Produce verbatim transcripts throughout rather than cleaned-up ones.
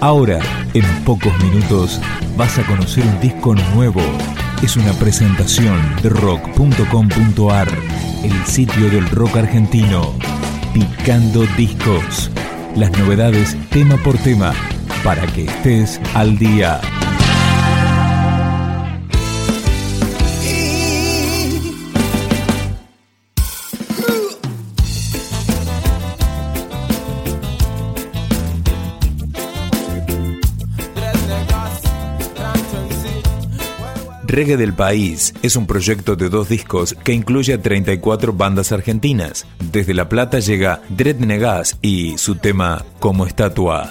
Ahora, en pocos minutos, vas a conocer un disco nuevo. Es una presentación de rock punto com punto a r, el sitio del rock argentino. Picando discos. Las novedades tema por tema, para que estés al día. Reggae del País es un proyecto de dos discos que incluye a treinta y cuatro bandas argentinas. Desde La Plata llega Dred Negas y su tema Como Estatua.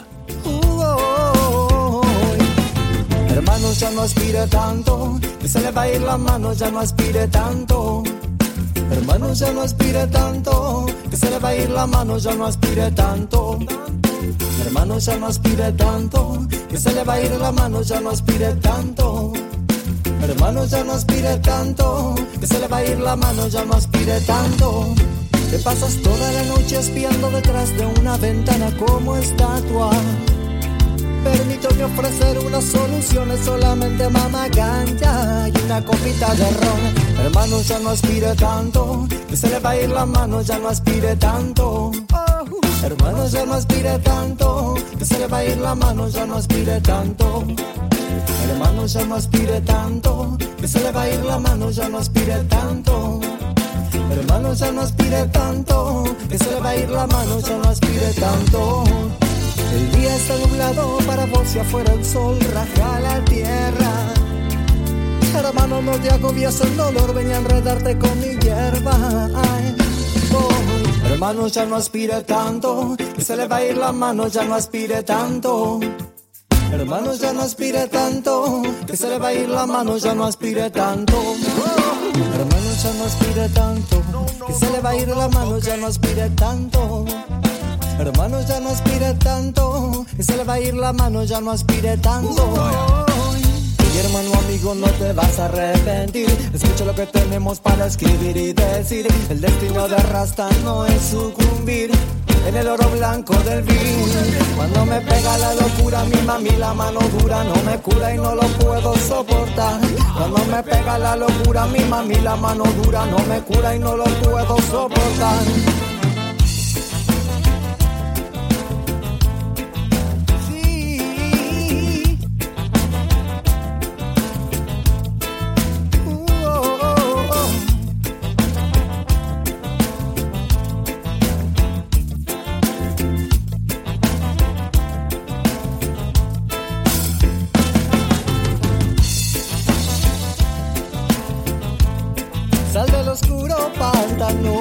Hermanos, ya no aspire tanto, que se le va a ir la mano, ya no aspire tanto. Hermanos, ya no aspire tanto, que se le va a ir la mano, ya no aspire tanto. Hermanos, ya no aspire tanto, que se le va a ir la mano, ya no aspire tanto. Hermanos, ya no aspire tanto, que se le va a ir la mano, ya no aspire tanto. Te pasas toda la noche espiando detrás de una ventana como estatua. Permítame ofrecer unas soluciones, solamente mama ganja y una copita de ron. Hermanos, ya no aspire tanto, que se le va a ir la mano, ya no aspire tanto. Hermanos, ya no aspire tanto, que se le va a ir la mano, ya no aspire tanto. Hermanos, ya no aspire tanto, que se le va a ir la mano, ya no aspire tanto. Hermanos, ya no aspire tanto, que se le va a ir la mano, ya no aspire tanto. El día está nublado para vos y afuera el sol raja la tierra. Hermano, no te agobies el dolor, ven a enredarte con mi hierba. Ay, oh. Hermanos, ya no aspire tanto, que se le va a ir la mano, ya no aspire tanto. Hermanos, ya no aspire tanto, que se le va a ir la mano, ya no aspire tanto. Hermanos, ya no aspire tanto, que se le va a ir la mano, ya no aspire tanto. Hermanos, ya no aspire tanto, que se le va a ir la mano, ya no aspire tanto. Y hermano, amigo, no te vas a arrepentir. Escucha lo que tenemos para escribir y decir. El destino de Rasta no es sucumbir en el oro blanco del vino. Cuando me pega la locura, mi mami, la mano dura no me cura y no lo puedo soportar. Cuando me pega la locura, mi mami, la mano dura no me cura y no lo puedo soportar. Sal del oscuro pantano.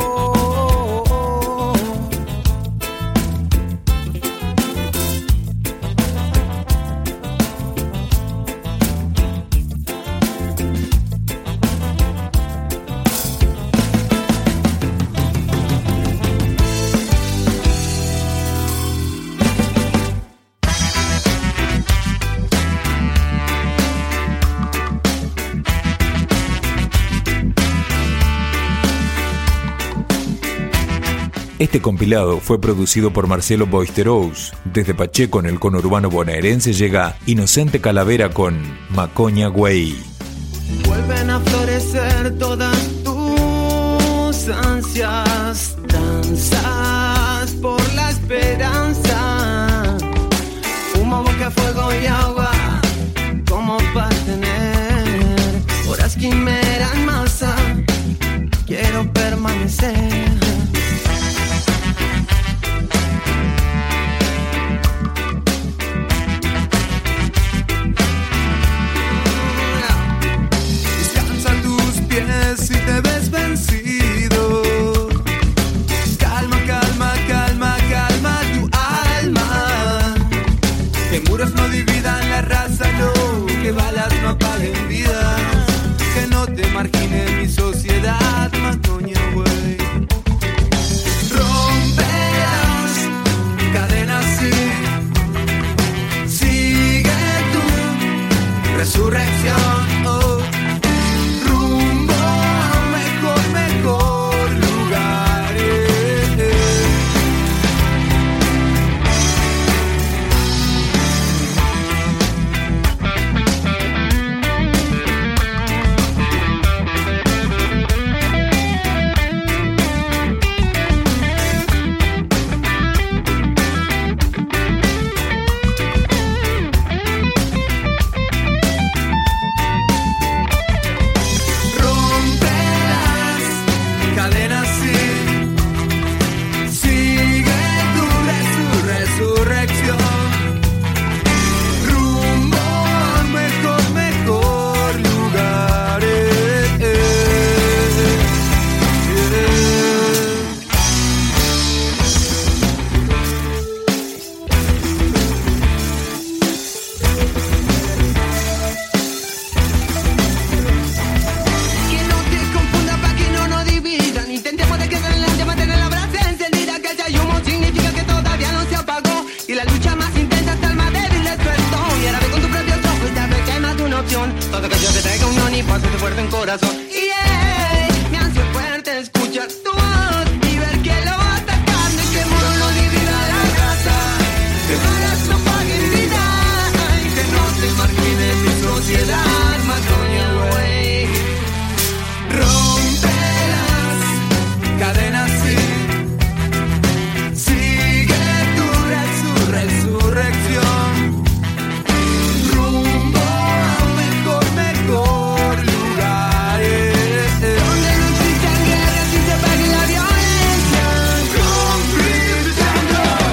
Este compilado fue producido por Marcelo Boisterous. Desde Pacheco, en el conurbano bonaerense, llega Inocente Calavera con Macoña Güey. Vuelven a florecer todas tus ansias, danzas por la esperanza. Humo, boca, fuego y agua, como para tener horas quimera en masa. Quiero permanecer. Si te ves vencido, calma, calma. fuerte en corazón. Yeah, me hace fuerte escuchar tu voz y ver que lo atacan, que modo no divida la raza, que malas no paguen vida, ay, que no te margines mi sociedad, Macoña, güey. Rompe las cadenas, sí. Sigue tu resur- resurrección. Rumbo a un mejor, mejor lugar. Donde no existan guerras y se apague la violencia. Complete Jungle.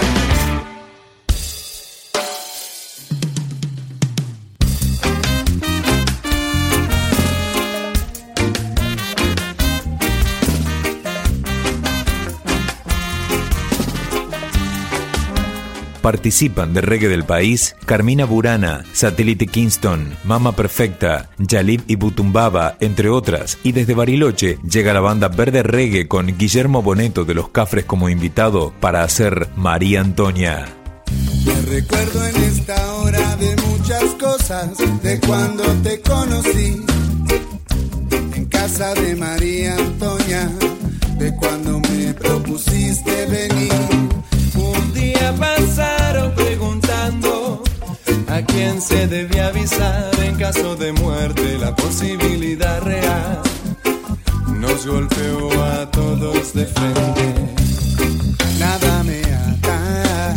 Participan de Reggae del País Carmina Burana, Satélite Kingston, Mama Perfecta, Yalib y Butumbaba, entre otras. Y desde Bariloche llega la banda Verde Reggae con Guillermo Boneto de Los Cafres como invitado para hacer María Antonia. Me recuerdo en esta hora de muchas cosas, de cuando te conocí en casa de María Antonia, de cuando me propusiste venir. Un día pasaron preguntando a quién se debía avisar en caso de muerte, la posibilidad real nos golpeó a todos de frente. Nada me ata,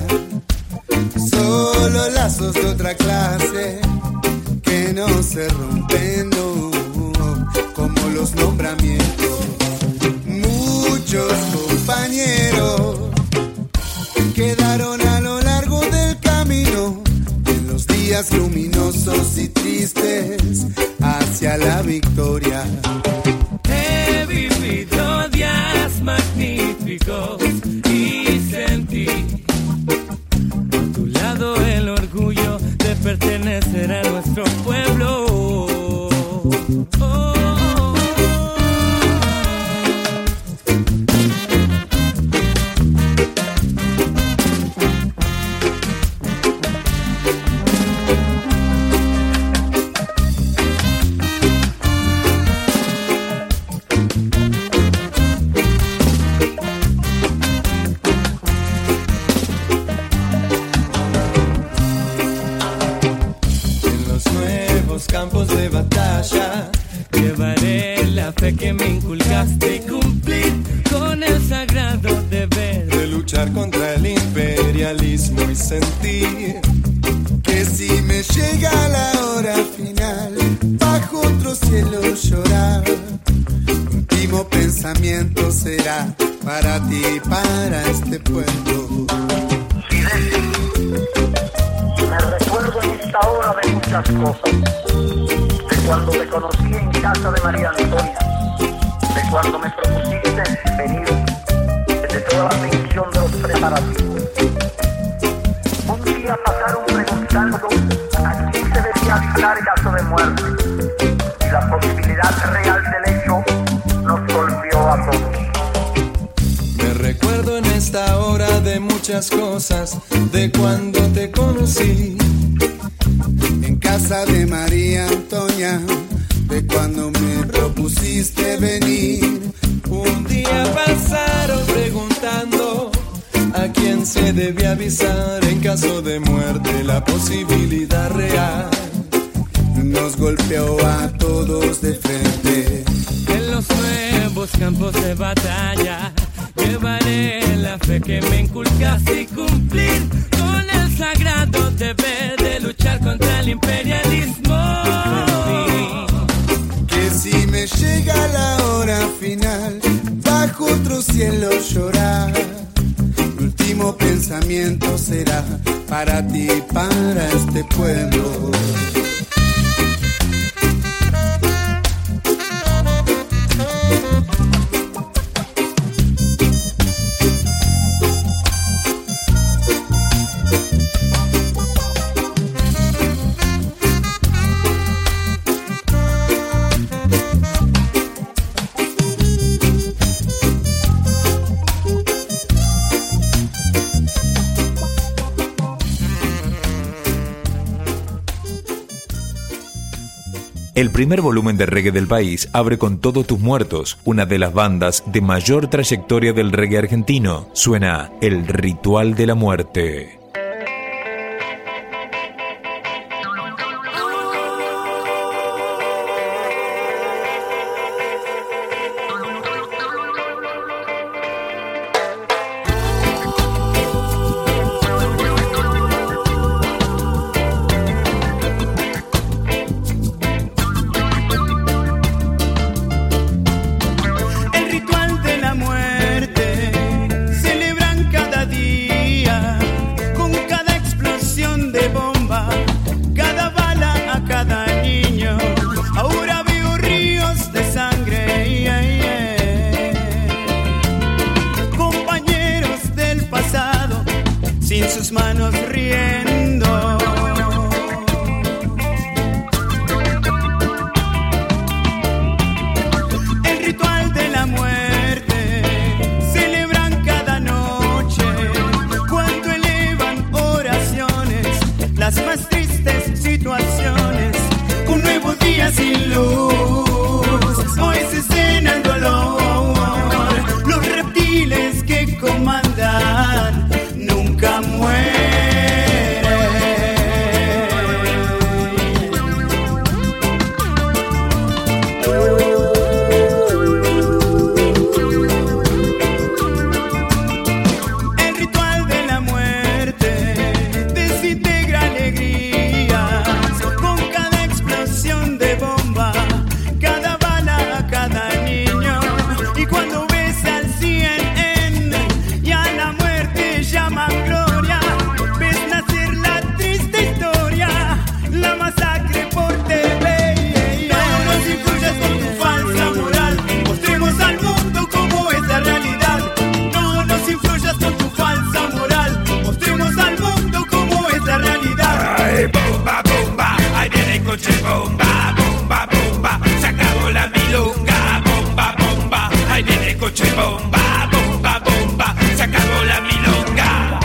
solo lazos de otra clase que no se rompen, no, como los nombramientos. Muchos compañeros quedaron a lo largo del camino, en los días luminosos y tristes hacia la victoria. He vivido días magníficos y sentí a tu lado el orgullo de pertenecer a nuestro pueblo. Oh. Campos de batalla, llevaré la fe que me inculcaste y cumplir con el sagrado deber de luchar contra el imperialismo y sentir que si me llega la hora final, bajo otro cielo llorar, último pensamiento será para ti y para este pueblo. Me recuerdo en esta hora de muchas cosas, de cuando te conocí en casa de María Antonia, de cuando me propusiste venir, desde toda la tensión de los preparativos. Un día pasaron preguntando a quién se debía avisar en caso de muerte, y la posibilidad real del hecho nos golpeó a todos. Me recuerdo en esta hora de muchas cosas, de cuando te conocí en casa de María Antonia, de cuando me propusiste venir. Un día pasaron preguntando a quién se debía avisar en caso de muerte, la posibilidad real nos golpeó a todos de frente. En los nuevos campos de batalla llevaré la fe que me inculcaste y cumplir con el sagrado deber de luchar contra el imperialismo. Que si me llega la hora final, bajo otro cielo llorar, mi último pensamiento será para ti y para este pueblo. El primer volumen de reggae del país abre con Todos tus muertos, una de las bandas de mayor trayectoria del reggae argentino. Suena El Ritual de la Muerte. Sin sus manos riendo. El ritual de la muerte celebran cada noche cuando elevan oraciones, las más tristes situaciones. Un nuevo día sin luz, hoy se cena el dolor. Los reptiles que comandan nunca muere. El ritual de la muerte desintegra alegrías con cada explosión de bomba, cada bala, cada niño. Y cuando ves al cien y a la muerte llaman gloria, ves nacer la triste historia, la masacre por T V. No nos influyas con tu falsa moral, mostremos al mundo cómo es la realidad. No nos influyas con tu falsa moral, mostremos al mundo cómo es la realidad. Ay, bomba, bomba, ahí viene el coche bomba, bomba, bomba, se acabó la milonga, bomba, bomba, ahí viene el coche bomba, bomba, bomba, se acabó la milonga.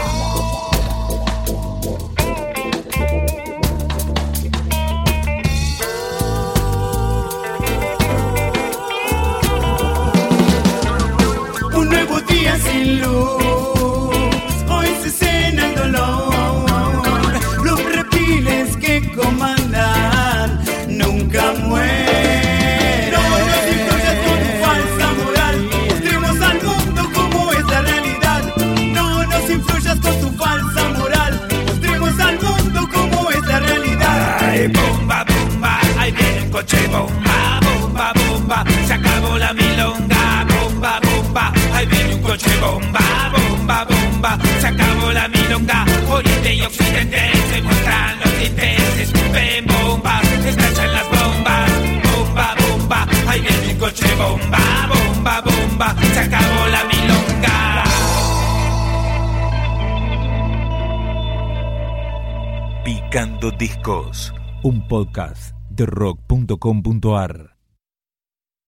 Un nuevo día sin luz, hoy se cena el dolor. Los reptiles que comandan nunca mueren. No nos influyas con tu falsa moral, mostremos al mundo cómo es la realidad. No nos influyas con tu falsa moral, mostremos al mundo cómo es la realidad. Ay, bomba, bomba, ahí viene el coche bomba, bomba, bomba, se acabó la milonga, bomba, bomba, ahí viene un coche bomba, bomba, bomba, se acabó la milonga. Oriente y occidente se muestran los dientes, escupen bombas, estallan las bombas, bomba, bomba, ahí viene el coche bomba, bomba, bomba, se acabó la milonga. Picando Discos, un podcast de rock punto com punto ar.